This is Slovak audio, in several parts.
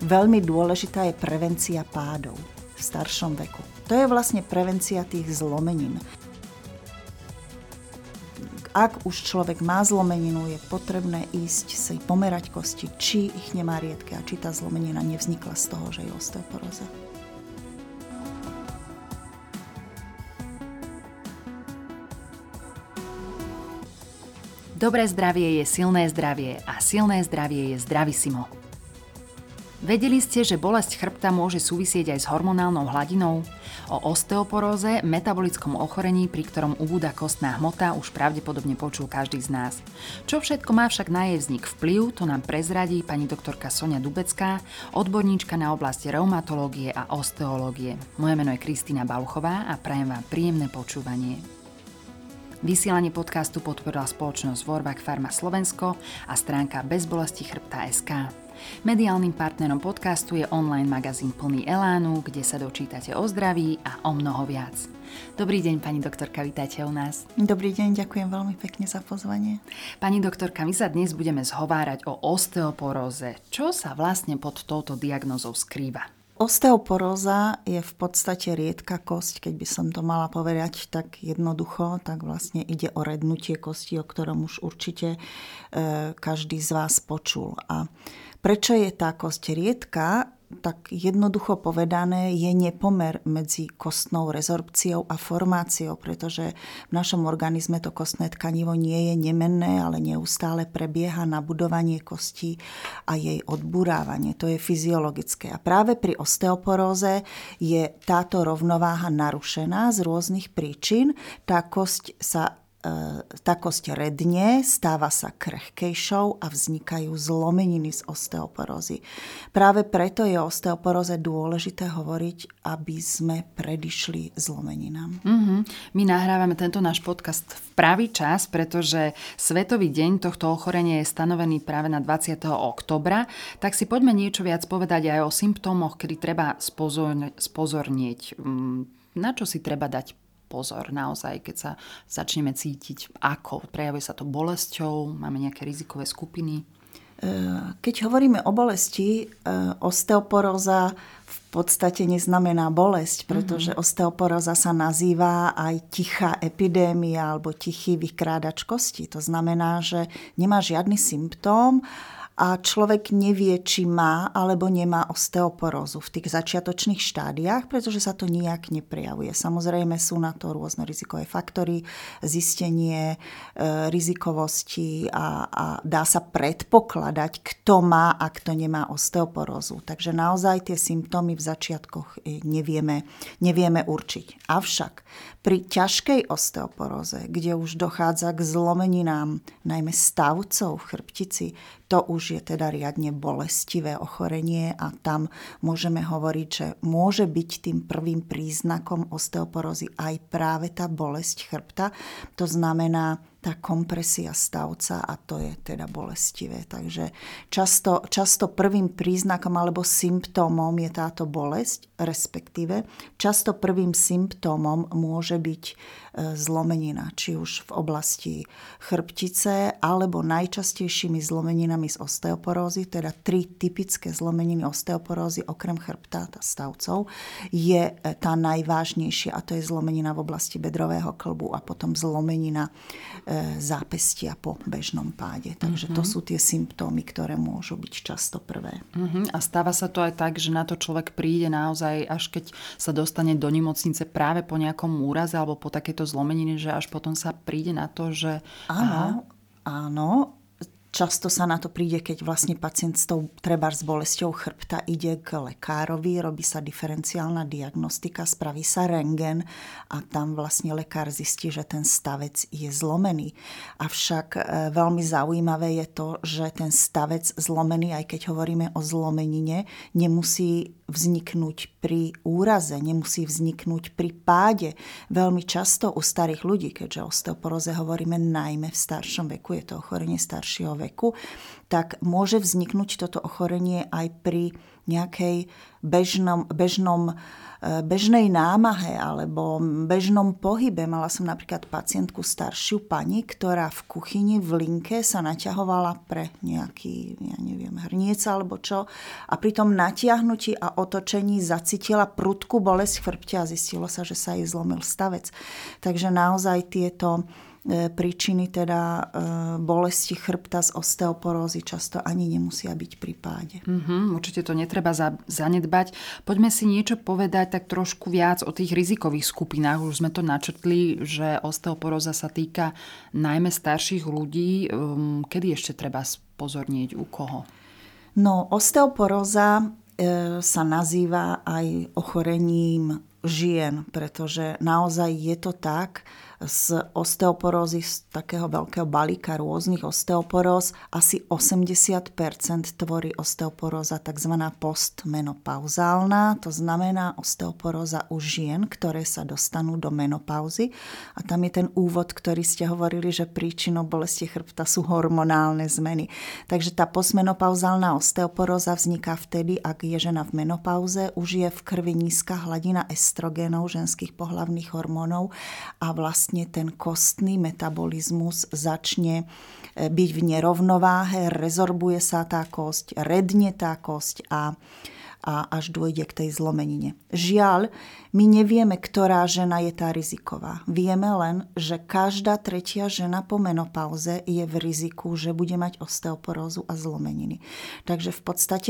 veľmi dôležitá je prevencia pádov v staršom veku. To je vlastne prevencia tých zlomenín. Ak už človek má zlomeninu, je potrebné ísť si pomerať kosti, či ich nemá riedke a či tá zlomenina nevznikla z toho, že je osteoporóza. Dobré zdravie je silné zdravie a silné zdravie je zdravísimo. Vedeli ste, že bolesť chrbta môže súvisieť aj s hormonálnou hladinou? O osteoporóze, metabolickom ochorení, pri ktorom ubúda kostná hmota, už pravdepodobne počul každý z nás. Čo všetko má však na jej vznik vplyv, to nám prezradí pani doktorka Soňa Dubecká, odborníčka na oblasti reumatológie a osteológie. Moje meno je Kristína Baluchová a prajem vám príjemné počúvanie. Vysielanie podcastu podporila spoločnosť Vorvak Pharma Slovensko a stránka bezbolestichrbta.sk. Mediálnym partnerom podcastu je online magazín plný elánu, kde sa dočítate o zdraví a o mnoho viac. Dobrý deň, pani doktorka, vítajte u nás. Dobrý deň, ďakujem veľmi pekne za pozvanie. Pani doktorka, my sa dnes budeme zhovárať o osteoporóze. Čo sa vlastne pod touto diagnózou skrýva? Osteoporóza je v podstate riedka kosť, keď by som to mala povedať tak jednoducho, tak vlastne ide o rednutie kosti, o ktorom už určite každý z vás počul. A prečo je tá kosť riedka? Tak jednoducho povedané je nepomer medzi kostnou rezorpciou a formáciou, pretože v našom organizme to kostné tkanivo nie je nemenné, ale neustále prebieha nabudovanie kosti a jej odburávanie. To je fyziologické. A práve pri osteoporóze je táto rovnováha narušená z rôznych príčin. Tá kosť redne, stáva sa krehkejšou a vznikajú zlomeniny z osteoporózy. Práve preto je o osteoporóze dôležité hovoriť, aby sme predišli zlomeninám. My nahrávame tento náš podcast v pravý čas, pretože Svetový deň tohto ochorenia je stanovený práve na 20. októbra. Tak si poďme niečo viac povedať aj o symptómoch, kedy treba spozornieť. Na čo si treba dať pozor naozaj, keď sa začneme cítiť ako? Prejavuje sa to bolesťou? Máme nejaké rizikové skupiny? Keď hovoríme o bolesti, osteoporóza v podstate neznamená bolesť, pretože osteoporóza sa nazýva aj tichá epidémia alebo tichý vykrádač kosti. To znamená, že nemá žiadny symptóm a človek nevie, či má alebo nemá osteoporózu v tých začiatočných štádiách, pretože sa to nijak neprejavuje. Samozrejme sú na to rôzne rizikové faktory, zistenie rizikovosti a dá sa predpokladať, kto má a kto nemá osteoporózu. Takže naozaj tie symptómy v začiatkoch nevieme určiť. Avšak pri ťažkej osteoporóze, kde už dochádza k zlomeninám, najmä stavcov v chrbtici, to už je teda riadne bolestivé ochorenie a tam môžeme hovoriť, že môže byť tým prvým príznakom osteoporózy aj práve tá bolesť chrbta. To znamená tá kompresia stavca a to je teda bolestivé. Takže často prvým príznakom alebo symptómom je táto bolesť, respektíve často prvým symptómom môže byť zlomenina, či už v oblasti chrbtice alebo najčastejšími zlomeninami z osteoporózy, teda 3 typické zlomeniny osteoporózy okrem chrbta, stavcov, je tá najvážnejšia a to je zlomenina v oblasti bedrového kĺbu a potom zlomenina zápestia po bežnom páde. Takže to sú tie symptómy, ktoré môžu byť často prvé. A stáva sa to aj tak, že na to človek príde naozaj, až keď sa dostane do nemocnice práve po nejakom úraze alebo po takéto zlomenine, že až potom sa príde na to, že... Áno. Často sa na to príde, keď vlastne pacient s tou trebárs bolesťou chrbta ide k lekárovi, robí sa diferenciálna diagnostika, spraví sa rentgen a tam vlastne lekár zistí, že ten stavec je zlomený. Avšak veľmi zaujímavé je to, že ten stavec zlomený, aj keď hovoríme o zlomenine, nemusí vzniknúť pri úraze, nemusí vzniknúť pri páde. Veľmi často u starých ľudí, keďže o osteoporóze hovoríme najmä v staršom veku, je to ochorenie staršieho veku, tak môže vzniknúť toto ochorenie aj pri nejakej bežnej námahe alebo bežnom pohybe. Mala som napríklad pacientku staršiu pani, ktorá v kuchyni v linke sa naťahovala pre nejaký, hrniec alebo čo. A pri tom natiahnutí a otočení zacítila prudkú bolesť v chrbte a zistilo sa, že sa jej zlomil stavec. Takže naozaj tieto príčiny teda bolesti chrbta z osteoporózy často ani nemusia byť pri páde. Určite to netreba zanedbať. Poďme si niečo povedať tak trošku viac o tých rizikových skupinách. Už sme to načrtli, že osteoporóza sa týka najmä starších ľudí. Kedy ešte treba spozornieť u koho? No, osteoporóza sa nazýva aj ochorením žien, pretože naozaj je to tak, z osteoporózy, z takého veľkého balíka rôznych osteoporóz, asi 80% tvorí osteoporóza tzv. Postmenopauzálna, to znamená osteoporóza u žien, ktoré sa dostanú do menopauzy. A tam je ten úvod, ktorý ste hovorili, že príčinou bolesti chrbta sú hormonálne zmeny. Takže tá postmenopauzálna osteoporóza vzniká vtedy, ak je žena v menopauze, už je v krvi nízka hladina estrogénov, ženských pohlavných hormónov a vlastne ten kostný metabolizmus začne byť v nerovnováhe, rezorbuje sa tá kosť, redne tá kosť a až dôjde k tej zlomenine. Žiaľ, my nevieme, ktorá žena je tá riziková. Vieme len, že každá tretia žena po menopauze je v riziku, že bude mať osteoporózu a zlomeniny. Takže v podstate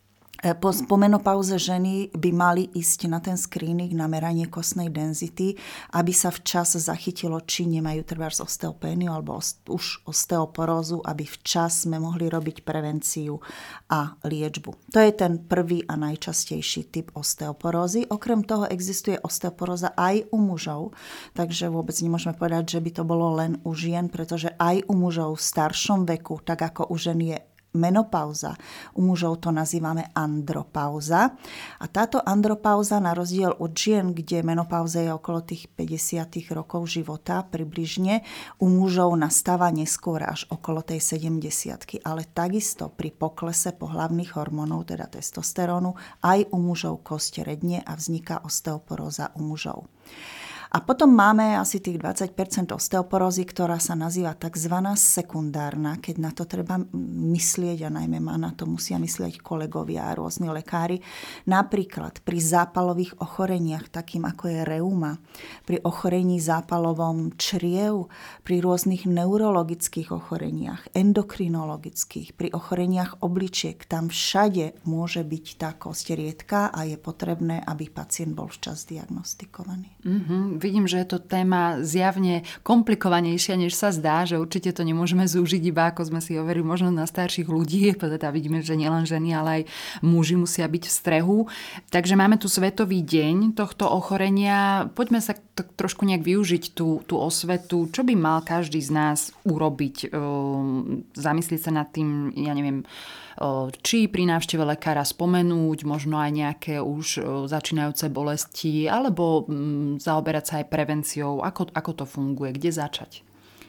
po menopauze ženy by mali ísť na ten screening, na meranie kostnej denzity, aby sa včas zachytilo, či nemajú trebárs osteopéniu alebo už osteoporózu, aby včas sme mohli robiť prevenciu a liečbu. To je ten prvý a najčastejší typ osteoporózy. Okrem toho existuje osteoporóza aj u mužov, takže vôbec nemôžeme povedať, že by to bolo len u žien, pretože aj u mužov v staršom veku, tak ako u žien je menopauza. U mužov to nazývame andropauza. A táto andropauza na rozdiel od žien, kde menopauza je okolo tých 50 rokov života približne, u mužov nastáva neskôr až okolo tej 70. Ale takisto pri poklese pohlavných hormónov, teda testosterónu, aj u mužov kosť redne a vzniká osteoporóza u mužov. A potom máme asi tých 20% osteoporózy, ktorá sa nazýva tzv. Sekundárna, keď na to treba myslieť a najmä na to musia myslieť kolegovia a rôzni lekári. Napríklad pri zápalových ochoreniach, takým ako je reuma, pri ochorení zápalovom čriev, pri rôznych neurologických ochoreniach, endokrinologických, pri ochoreniach obličiek. Tam všade môže byť tá kosť riedka a je potrebné, aby pacient bol včas diagnostikovaný. Vidím, že je to téma zjavne komplikovanejšia, než sa zdá, že určite to nemôžeme zúžiť iba, ako sme si hovorili, možno na starších ľudí. Teda vidíme, že nielen ženy, ale aj muži musia byť v strehu. Takže máme tu Svetový deň tohto ochorenia. Poďme sa trošku nejak využiť tú osvetu. Čo by mal každý z nás urobiť? Zamyslieť sa nad tým, či pri návšteve lekára spomenúť, možno aj nejaké už začínajúce bolesti, alebo zaoberať sa aj prevenciou. Ako to funguje? Kde začať?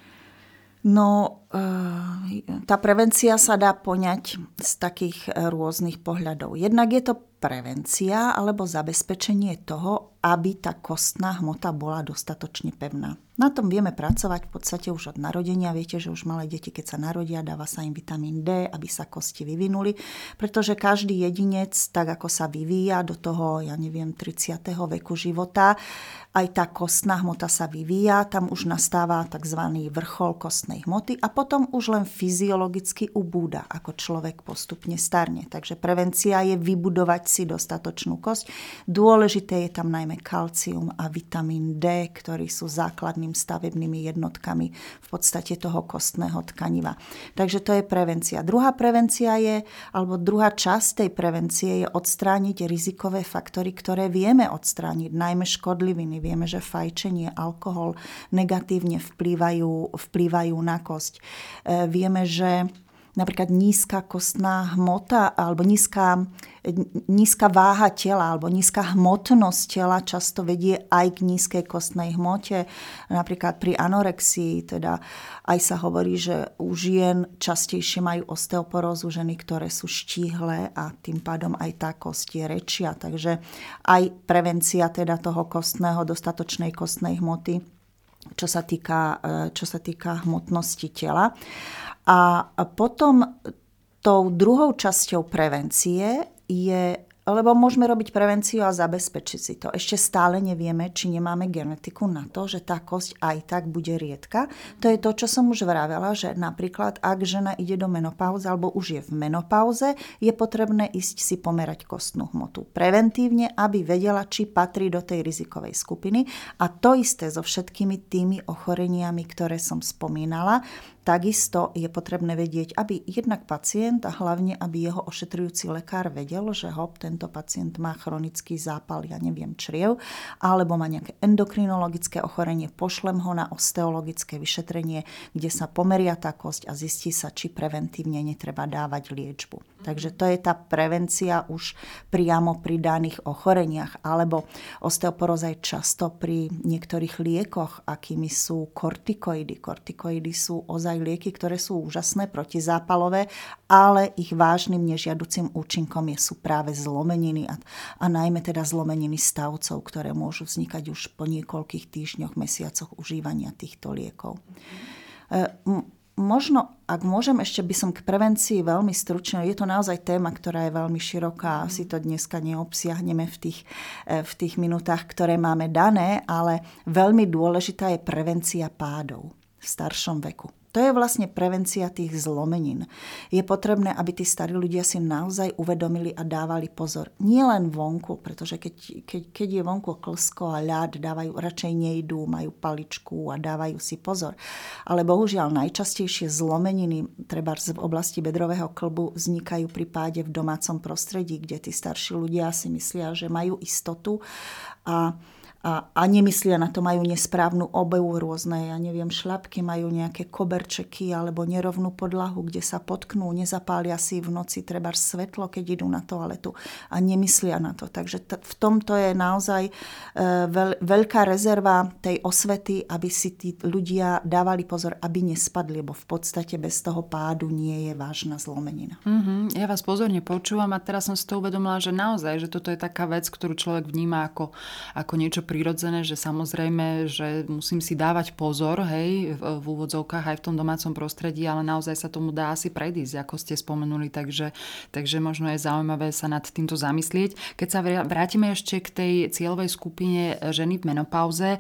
No, tá prevencia sa dá poňať z takých rôznych pohľadov. Jednak je to prevencia alebo zabezpečenie toho, aby tá kostná hmota bola dostatočne pevná. Na tom vieme pracovať v podstate už od narodenia. Viete, že už malé deti, keď sa narodia, dáva sa im vitamín D, aby sa kosti vyvinuli, pretože každý jedinec, tak ako sa vyvíja do toho, 30. veku života, aj tá kostná hmota sa vyvíja, tam už nastáva tzv. Vrchol kostnej hmoty a potom už len fyziologicky ubúda, ako človek postupne starne. Takže prevencia je vybudovať si dostatočnú kosť. Dôležité je tam najmä kalcium a vitamín D, ktorí sú základnými stavebnými jednotkami v podstate toho kostného tkaniva. Takže to je prevencia. Druhá prevencia alebo druhá časť tej prevencie je odstrániť rizikové faktory, ktoré vieme odstrániť, najmä škodliviny. Vieme, že fajčenie, alkohol negatívne vplývajú na kosť. Vieme, že napríklad nízka kostná hmota alebo nízka váha tela alebo nízka hmotnosť tela často vedie aj k nízkej kostnej hmote. Napríklad pri anorexii, teda aj sa hovorí, že u žien častejšie majú osteoporózu ženy, ktoré sú štíhle a tým pádom aj tá kosť je rečia. Takže aj prevencia teda toho kostného, dostatočnej kostnej hmoty, čo sa týka hmotnosti tela. A potom tou druhou časťou prevencie je, lebo môžeme robiť prevenciu a zabezpečiť si to. Ešte stále nevieme, či nemáme genetiku na to, že tá kosť aj tak bude riedka. To je to, čo som už vravela, že napríklad ak žena ide do menopauzy alebo už je v menopauze, je potrebné ísť si pomerať kostnú hmotu preventívne, aby vedela, či patrí do tej rizikovej skupiny. A to isté so všetkými tými ochoreniami, ktoré som spomínala. Takisto je potrebné vedieť, aby jednak pacient a hlavne, aby jeho ošetrujúci lekár vedel, že tento pacient má chronický zápal, čriev, alebo má nejaké endokrinologické ochorenie, pošlem ho na osteologické vyšetrenie, kde sa pomeria tá kosť a zistí sa, či preventívne netreba dávať liečbu. Takže to je tá prevencia už priamo pri daných ochoreniach, alebo osteoporóza je často pri niektorých liekoch, akými sú kortikoidy. Kortikoidy sú ozaj lieky, ktoré sú úžasné, protizápalové, ale ich vážnym nežiaducím účinkom sú práve zlomeniny a najmä teda zlomeniny stavcov, ktoré môžu vznikať už po niekoľkých týždňoch, mesiacoch užívania týchto liekov. Možno, ak môžem, ešte by som k prevencii veľmi stručne, je to naozaj téma, ktorá je veľmi široká, asi to dneska neobsiahneme v tých minútach, ktoré máme dané, ale veľmi dôležitá je prevencia pádov v staršom veku. To je vlastne prevencia tých zlomenín. Je potrebné, aby tí starí ľudia si naozaj uvedomili a dávali pozor. Nie len vonku, pretože keď je vonku klsko a ľad, radšej nejdú, majú paličku a dávajú si pozor. Ale bohužiaľ najčastejšie zlomeniny, treba v oblasti bedrového kĺbu, vznikajú pri páde v domácom prostredí, kde tí starší ľudia si myslia, že majú istotu a nemyslia na to, majú nesprávnu obuv, rôzne, šľapky, majú nejaké koberčeky alebo nerovnú podlahu, kde sa potknú, nezapália si v noci treba svetlo, keď idú na toaletu a nemyslia na to. Takže v tomto je naozaj veľká rezerva tej osvety, aby si tí ľudia dávali pozor, aby nespadli, lebo v podstate bez toho pádu nie je vážna zlomenina. Ja vás pozorne počúvam a teraz som si to uvedomila, že naozaj, že toto je taká vec, ktorú človek vníma ako niečo prirodzené, že samozrejme, že musím si dávať pozor, hej, v úvodzovkách aj v tom domácom prostredí, ale naozaj sa tomu dá asi predísť, ako ste spomenuli, takže možno je zaujímavé sa nad týmto zamyslieť. Keď sa vrátime ešte k tej cieľovej skupine ženy v menopauze,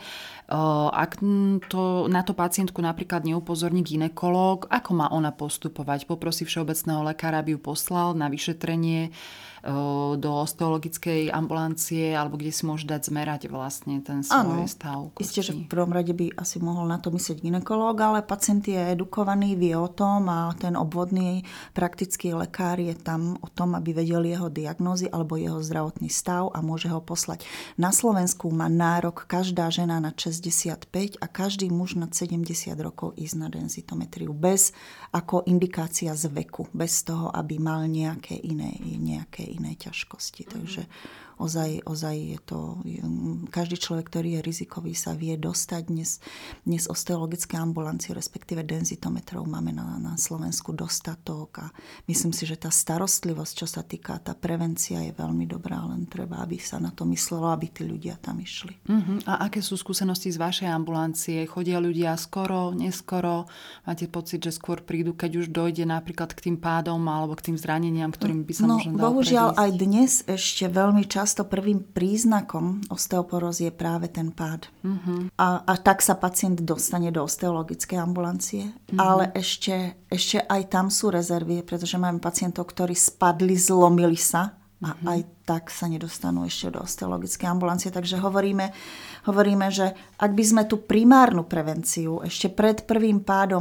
ak na to pacientku napríklad neupozorní gynekológ, ako má ona postupovať? Poprosí všeobecného lekára, aby ju poslal na vyšetrenie do osteologickej ambulancie, alebo kde si môže dať zmerať vlastne ten svoj stav kosti. Isté, že v prvom rade by asi mohol na to myslieť gynekológ, ale pacient je edukovaný, vie o tom a ten obvodný praktický lekár je tam o tom, aby vedel jeho diagnózy alebo jeho zdravotný stav a môže ho poslať. Na Slovensku má nárok každá žena na 65 a každý muž nad 70 rokov ísť na denzitometriu bez ako indikácia z veku, bez toho, aby mal nejaké iné ťažkosti. Takže ozaj je to, každý človek, ktorý je rizikový, sa vie dostať. Dnes osteologické ambulancie, respektíve denzitometrov máme na Slovensku dostatok a myslím si, že tá starostlivosť, čo sa týka, tá prevencia je veľmi dobrá, len treba, aby sa na to myslelo, aby tí ľudia tam išli. A aké sú skúsenosti z vašej ambulancie? Chodia ľudia skoro, neskoro? Máte pocit, že skôr prídu, keď už dojde napríklad k tým pádom alebo k tým zraneniam, ktorým by sa možno dalo bohužiaľ predísť? Aj dnes ešte veľmi často prvým príznakom osteoporózy je práve ten pád. A tak sa pacient dostane do osteologickej ambulancie. Ale ešte aj tam sú rezervy, pretože máme pacientov, ktorí spadli, zlomili sa a aj tak sa nedostanú ešte do osteologickej ambulancie. Takže hovoríme, že ak by sme tú primárnu prevenciu ešte pred prvým pádom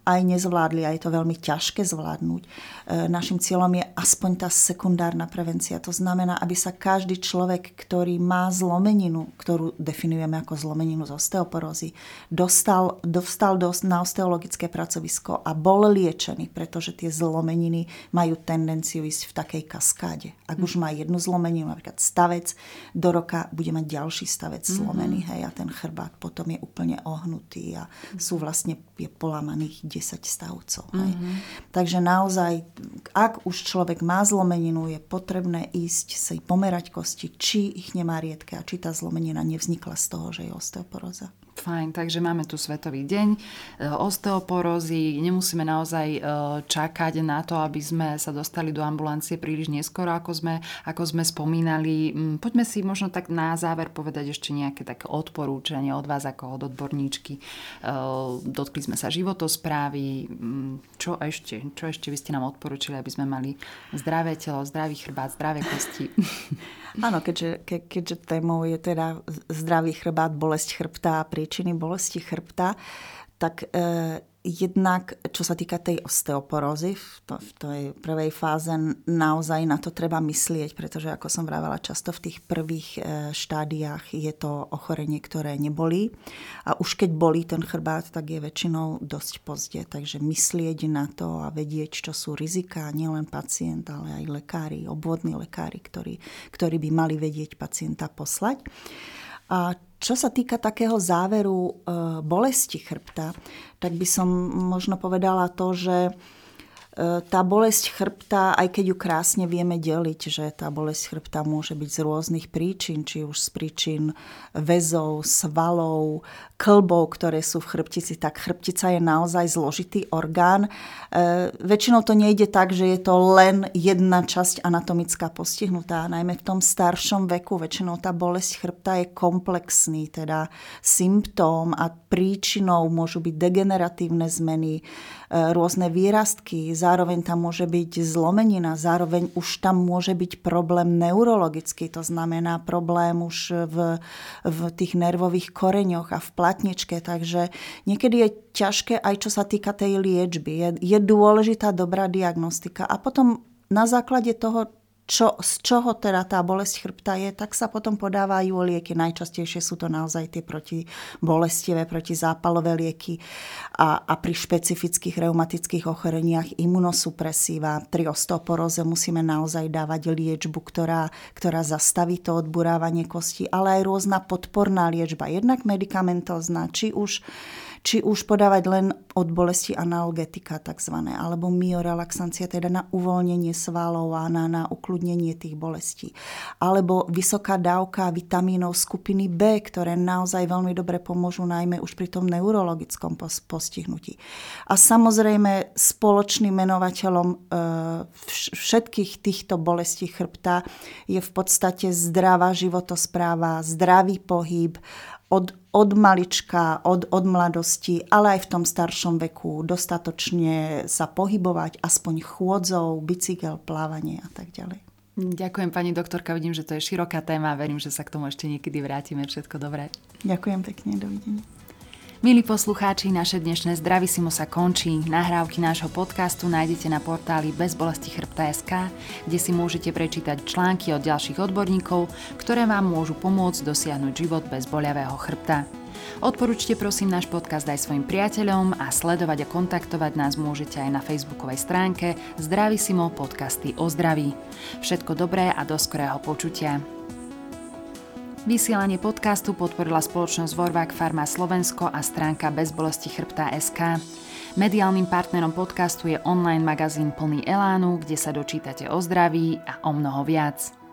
aj nezvládli a je to veľmi ťažké zvládnuť. Našim cieľom je aspoň tá sekundárna prevencia. To znamená, aby sa každý človek, ktorý má zlomeninu, ktorú definujeme ako zlomeninu z osteoporózy, dostal na osteologické pracovisko a bol liečený, pretože tie zlomeniny majú tendenciu ísť v takej kaskáde. Ak už má jednu zlomeninu, napríklad stavec, do roka bude mať ďalší stavec zlomený, hej, a ten chrbát potom je úplne ohnutý a sú vlastne polamaných 10 stavcov. Hej. Takže naozaj, ak už človek má zlomeninu, je potrebné ísť si pomerať kosti, či ich nemá riedke a či tá zlomenina nevznikla z toho, že je osteoporóza. Fajn, takže máme tu Svetový deň osteoporózy. Nemusíme naozaj čakať na to, aby sme sa dostali do ambulancie príliš neskoro, ako sme spomínali. Poďme si možno tak na záver povedať ešte nejaké také odporúčanie od vás ako od odborníčky. Dotkli sme sa životosprávy. Čo ešte by ste nám odporúčili, aby sme mali zdravé telo, zdravý chrbát, zdravé kosti? Áno, keďže témou je teda zdravý chrbát, bolesť chrbta a príčiny bolesti chrbta, tak jednak, čo sa týka tej osteoporózy, v tej prvej fáze naozaj na to treba myslieť, pretože ako som vravela, často v tých prvých štádiách je to ochorenie, ktoré nebolí. A už keď bolí ten chrbát, tak je väčšinou dosť pozde. Takže myslieť na to a vedieť, čo sú riziká, nielen pacient, ale aj lekári, obvodní lekári, ktorí by mali vedieť pacienta poslať. A čo sa týka takého záveru bolesti chrbta, tak by som možno povedala to, že tá bolesť chrbta, aj keď ju krásne vieme deliť, že tá bolesť chrbta môže byť z rôznych príčin, či už z príčin väzov, svalov, kĺbov, ktoré sú v chrbtici, tak chrbtica je naozaj zložitý orgán. Väčšinou to nejde tak, že je to len jedna časť anatomická postihnutá. Najmä v tom staršom veku väčšinou tá bolesť chrbta je komplexný, teda symptóm a príčinou môžu byť degeneratívne zmeny, rôzne výrastky, zároveň tam môže byť zlomenina, zároveň už tam môže byť problém neurologický, to znamená problém už v tých nervových koreňoch a v platničke, takže niekedy je ťažké aj čo sa týka tej liečby. Je dôležitá dobrá diagnostika a potom na základe toho, z čoho teda tá bolesť chrbta je, tak sa potom podávajú lieky. Najčastejšie sú to naozaj tie protibolestivé, protizápalové lieky a pri špecifických reumatických ochoreniach imunosupresíva. Pri osteoporóze musíme naozaj dávať liečbu, ktorá zastaví to odburávanie kostí, ale aj rôzna podporná liečba. Jednak medikamentózna, či už podávať len od bolesti analgetika takzvané, alebo myorelaxancia, teda na uvoľnenie svalov a na ukludnenie tých bolestí. Alebo vysoká dávka vitamínov skupiny B, ktoré naozaj veľmi dobre pomôžu najmä už pri tom neurologickom postihnutí. A samozrejme spoločným menovateľom všetkých týchto bolestí chrbta je v podstate zdravá životospráva, zdravý pohyb, od malička, od mladosti, ale aj v tom staršom veku dostatočne sa pohybovať, aspoň chôdzou, bicykel, plávanie a tak ďalej. Ďakujem pani doktorka, vidím, že to je široká téma a verím, že sa k tomu ešte niekedy vrátime. Všetko dobré. Ďakujem pekne, dovidenia. Milí poslucháči, naše dnešné Zdravisimo sa končí. Nahrávky nášho podcastu nájdete na portáli bezbolestichrbta.sk, kde si môžete prečítať články od ďalších odborníkov, ktoré vám môžu pomôcť dosiahnuť život bez boľavého chrbta. Odporúčte prosím náš podcast aj svojim priateľom a sledovať a kontaktovať nás môžete aj na facebookovej stránke Zdravisimo podcasty o zdraví. Všetko dobré a do skorého počutia. Vysielanie podcastu podporila spoločnosť Vorvák Pharma Slovensko a stránka bezbolestichrbta.sk. Mediálnym partnerom podcastu je online magazín plný elánu, kde sa dočítate o zdraví a o mnoho viac.